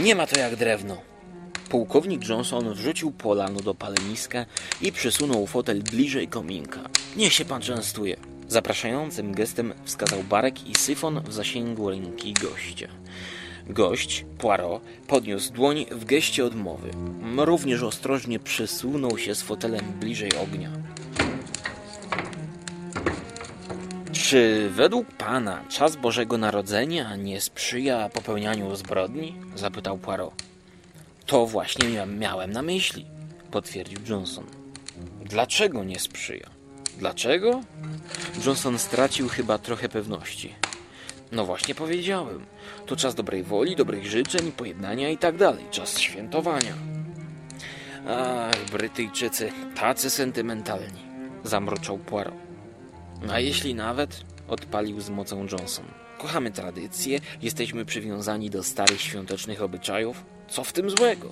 Nie ma to jak drewno. Pułkownik Johnson wrzucił polano do paleniska i przysunął fotel bliżej kominka. Niech się pan częstuje. Zapraszającym gestem wskazał barek i syfon w zasięgu ręki gościa. Gość, Poirot, podniósł dłoń w geście odmowy. Również ostrożnie przysunął się z fotelem bliżej ognia. Czy według pana czas Bożego Narodzenia nie sprzyja popełnianiu zbrodni? Zapytał Poirot. To właśnie miałem na myśli, potwierdził Johnson. Dlaczego nie sprzyja? Dlaczego? Johnson stracił chyba trochę pewności. No właśnie powiedziałem. To czas dobrej woli, dobrych życzeń, pojednania i tak dalej. Czas świętowania. Ach, Brytyjczycy, tacy sentymentalni, zamruczał Poirot. A jeśli nawet, odpalił z mocą Johnson. Kochamy tradycje, jesteśmy przywiązani do starych świątecznych obyczajów. Co w tym złego?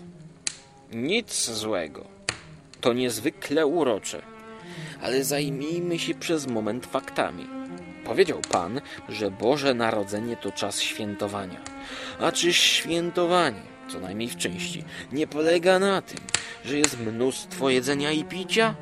Nic złego. To niezwykle urocze. Ale zajmijmy się przez moment faktami. Powiedział pan, że Boże Narodzenie to czas świętowania. A czyż świętowanie, co najmniej w części, nie polega na tym, że jest mnóstwo jedzenia i picia?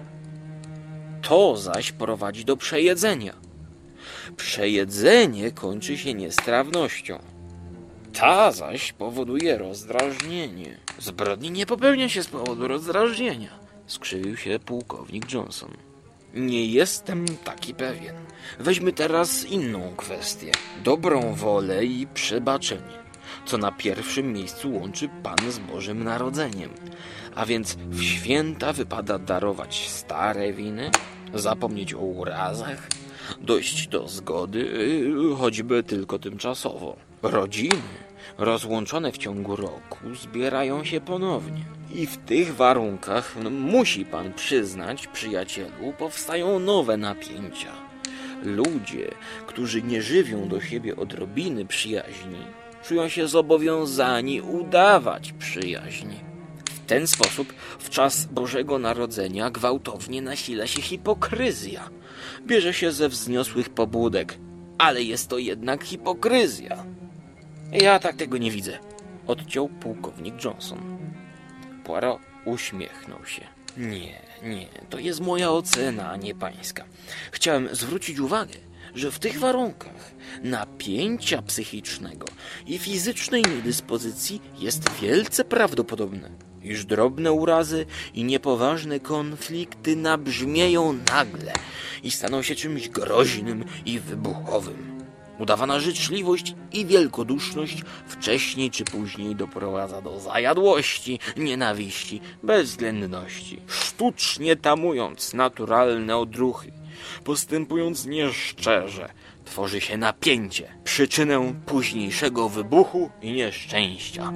To zaś prowadzi do przejedzenia. Przejedzenie kończy się niestrawnością. Ta zaś powoduje rozdrażnienie. Zbrodni nie popełnia się z powodu rozdrażnienia, skrzywił się pułkownik Johnson. Nie jestem taki pewien. Weźmy teraz inną kwestię. Dobrą wolę i przebaczenie, co na pierwszym miejscu łączy Pan z Bożym Narodzeniem. A więc w święta wypada darować stare winy, zapomnieć o urazach, dojść do zgody, choćby tylko tymczasowo. Rodziny rozłączone w ciągu roku zbierają się ponownie. I w tych warunkach, musi pan przyznać, przyjacielu, powstają nowe napięcia. Ludzie, którzy nie żywią do siebie odrobiny przyjaźni, czują się zobowiązani udawać przyjaźń. W ten sposób w czas Bożego Narodzenia gwałtownie nasila się hipokryzja. Bierze się ze wzniosłych pobudek, ale jest to jednak hipokryzja. Ja tak tego nie widzę, odciął pułkownik Johnson. Poirot uśmiechnął się. Nie, to jest moja ocena, a nie pańska. Chciałem zwrócić uwagę, że w tych warunkach napięcia psychicznego i fizycznej niedyspozycji jest wielce prawdopodobne, iż drobne urazy i niepoważne konflikty nabrzmieją nagle i staną się czymś groźnym i wybuchowym. Udawana życzliwość i wielkoduszność wcześniej czy później doprowadza do zajadłości, nienawiści, bezwzględności, sztucznie tamując naturalne odruchy. Postępując nieszczerze, tworzy się napięcie, przyczynę późniejszego wybuchu i nieszczęścia.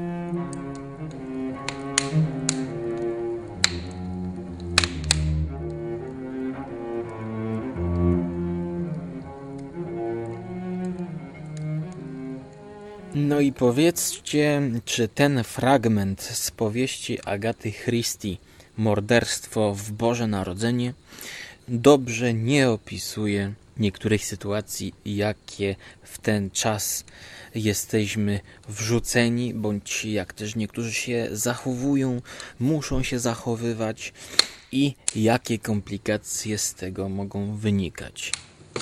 No i powiedzcie, czy ten fragment z powieści Agaty Christie, Morderstwo w Boże Narodzenie, dobrze nie opisuje niektórych sytuacji, jakie w ten czas jesteśmy wrzuceni, bądź jak też niektórzy się zachowują, muszą się zachowywać i jakie komplikacje z tego mogą wynikać.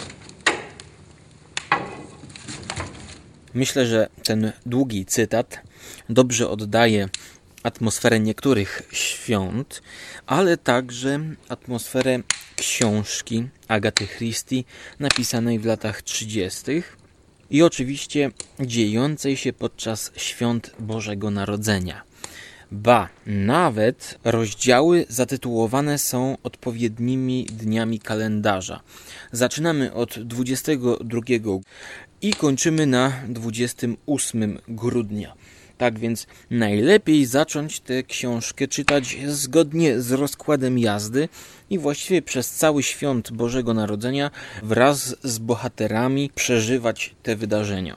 Myślę, że ten długi cytat dobrze oddaje atmosferę niektórych świąt, ale także atmosferę książki Agaty Christie napisanej w latach 30. i oczywiście dziejącej się podczas świąt Bożego Narodzenia. Ba, nawet rozdziały zatytułowane są odpowiednimi dniami kalendarza. Zaczynamy od 22 i kończymy na 28 grudnia. Tak więc najlepiej zacząć tę książkę czytać zgodnie z rozkładem jazdy i właściwie przez cały świąt Bożego Narodzenia wraz z bohaterami przeżywać te wydarzenia.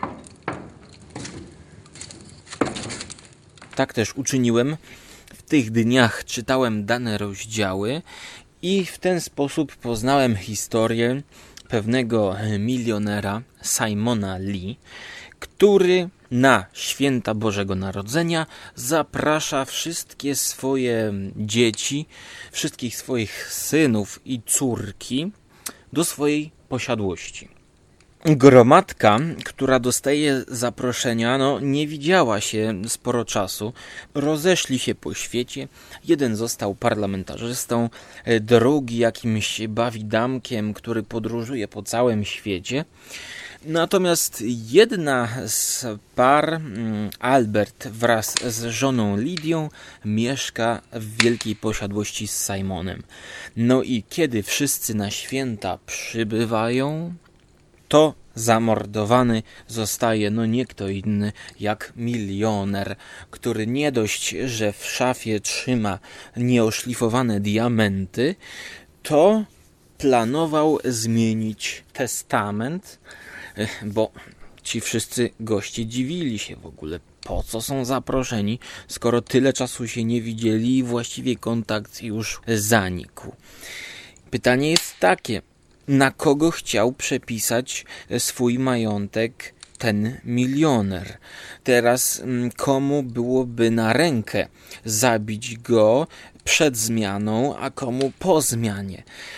Tak też uczyniłem. W tych dniach czytałem dane rozdziały i w ten sposób poznałem historię pewnego milionera Simona Lee, który na święta Bożego Narodzenia zaprasza wszystkie swoje dzieci, wszystkich swoich synów i córki do swojej posiadłości. Gromadka, która dostaje zaproszenia, nie widziała się sporo czasu. Rozeszli się po świecie. Jeden został parlamentarzystą, drugi jakimś bawidamkiem, który podróżuje po całym świecie. Natomiast jedna z par, Albert wraz z żoną Lidią, mieszka w wielkiej posiadłości z Simonem. No i kiedy wszyscy na święta przybywają, to zamordowany zostaje nie kto inny jak milioner, który nie dość, że w szafie trzyma nieoszlifowane diamenty, to planował zmienić testament, bo ci wszyscy goście dziwili się w ogóle, po co są zaproszeni, skoro tyle czasu się nie widzieli i właściwie kontakt już zanikł. Pytanie jest takie: na kogo chciał przepisać swój majątek ten milioner? Teraz komu byłoby na rękę zabić go przed zmianą, a komu po zmianie?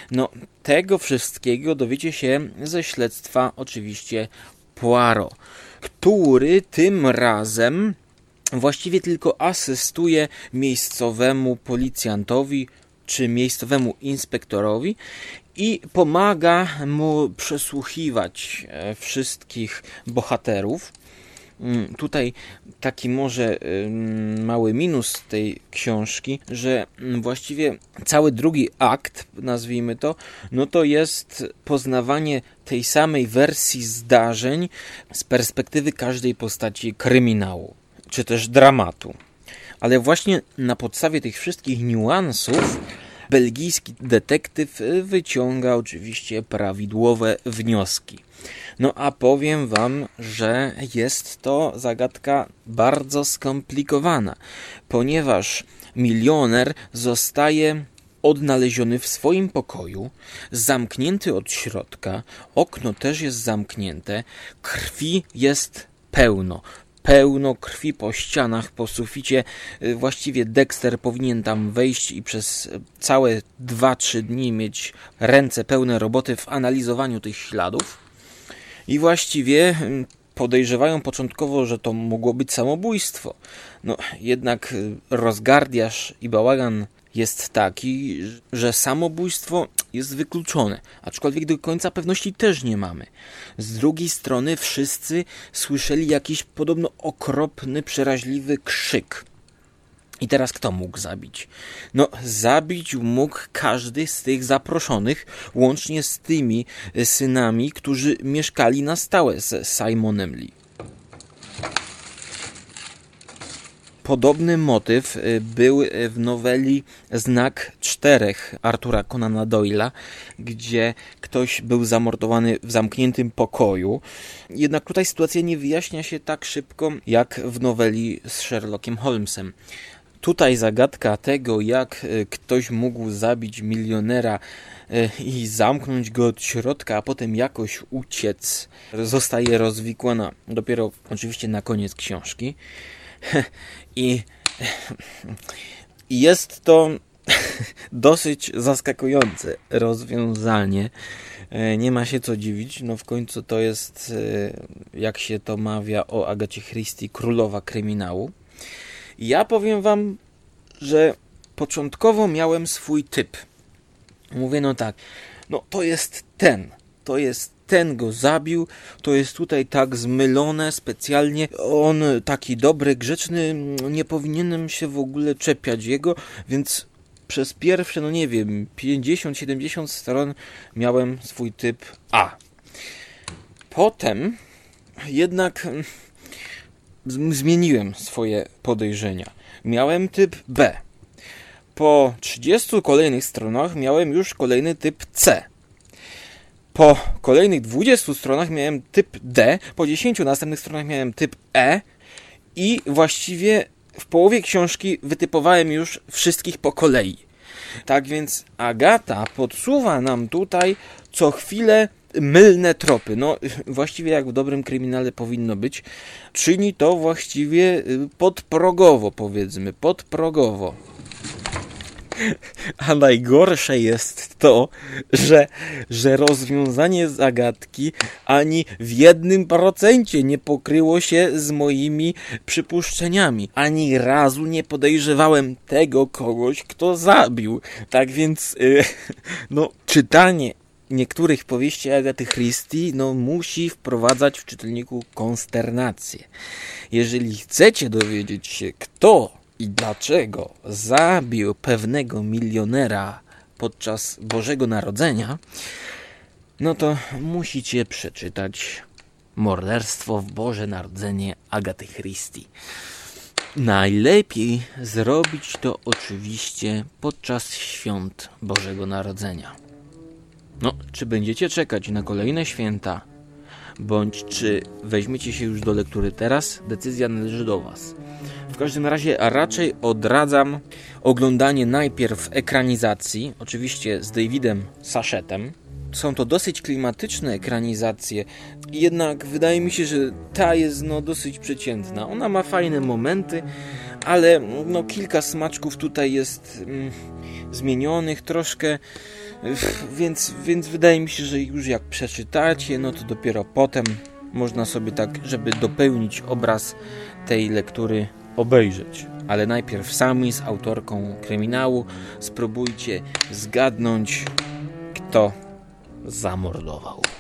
Tego wszystkiego dowiecie się ze śledztwa oczywiście Poirot, który tym razem właściwie tylko asystuje miejscowemu policjantowi czy miejscowemu inspektorowi i pomaga mu przesłuchiwać wszystkich bohaterów. Tutaj taki może mały minus tej książki, że właściwie cały drugi akt, nazwijmy to, to jest poznawanie tej samej wersji zdarzeń z perspektywy każdej postaci kryminału, czy też dramatu. Ale właśnie na podstawie tych wszystkich niuansów belgijski detektyw wyciąga oczywiście prawidłowe wnioski. A powiem wam, że jest to zagadka bardzo skomplikowana, ponieważ milioner zostaje odnaleziony w swoim pokoju, zamknięty od środka, okno też jest zamknięte, krwi jest pełno krwi po ścianach, po suficie. Właściwie Dexter powinien tam wejść i przez całe 2-3 dni mieć ręce pełne roboty w analizowaniu tych śladów. I właściwie podejrzewają początkowo, że to mogło być samobójstwo. Jednak rozgardiaż i bałagan jest taki, że samobójstwo jest wykluczone, aczkolwiek do końca pewności też nie mamy. Z drugiej strony wszyscy słyszeli jakiś podobno okropny, przeraźliwy krzyk. I teraz kto mógł zabić? Zabić mógł każdy z tych zaproszonych, łącznie z tymi synami, którzy mieszkali na stałe z Simonem Lee. Podobny motyw był w noweli Znak 4 Artura Conana Doyle'a, gdzie ktoś był zamordowany w zamkniętym pokoju. Jednak tutaj sytuacja nie wyjaśnia się tak szybko jak w noweli z Sherlockiem Holmesem. Tutaj zagadka tego, jak ktoś mógł zabić milionera i zamknąć go od środka, a potem jakoś uciec, zostaje rozwikłana dopiero oczywiście na koniec książki. I jest to dosyć zaskakujące rozwiązanie. Nie ma się co dziwić, w końcu to jest, jak się to mawia o Agacie Christie, królowa kryminału. Ja powiem wam, że początkowo miałem swój typ. Mówię, to jest ten go zabił, to jest tutaj tak zmylone specjalnie, on taki dobry, grzeczny, nie powinienem się w ogóle czepiać jego, więc przez pierwsze, 50-70 stron miałem swój typ A. Potem jednak zmieniłem swoje podejrzenia. Miałem typ B. Po 30 kolejnych stronach miałem już kolejny typ C. Po kolejnych 20 stronach miałem typ D, po 10 następnych stronach miałem typ E i właściwie w połowie książki wytypowałem już wszystkich po kolei. Tak więc Agata podsuwa nam tutaj co chwilę mylne tropy. No, właściwie jak w dobrym kryminale powinno być. Czyni to właściwie podprogowo, powiedzmy. Podprogowo. A najgorsze jest to, że rozwiązanie zagadki ani w 1% nie pokryło się z moimi przypuszczeniami. Ani razu nie podejrzewałem tego kogoś, kto zabił. Tak więc, czytanie niektórych powieści Agaty Christie, musi wprowadzać w czytelniku konsternację. Jeżeli chcecie dowiedzieć się, kto i dlaczego zabił pewnego milionera podczas Bożego Narodzenia, to musicie przeczytać Morderstwo w Boże Narodzenie Agaty Christie. Najlepiej zrobić to oczywiście podczas świąt Bożego Narodzenia. Czy będziecie czekać na kolejne święta, bądź czy weźmiecie się już do lektury teraz, decyzja należy do Was. W każdym razie raczej odradzam oglądanie najpierw ekranizacji, oczywiście z Davidem Sachettem. Są to dosyć klimatyczne ekranizacje, jednak wydaje mi się, że ta jest dosyć przeciętna. Ona ma fajne momenty, ale kilka smaczków tutaj jest zmienionych troszkę, więc wydaje mi się, że już jak przeczytacie, to dopiero potem można sobie tak, żeby dopełnić obraz tej lektury, obejrzeć. Ale najpierw sami z autorką kryminału spróbujcie zgadnąć, kto zamordował.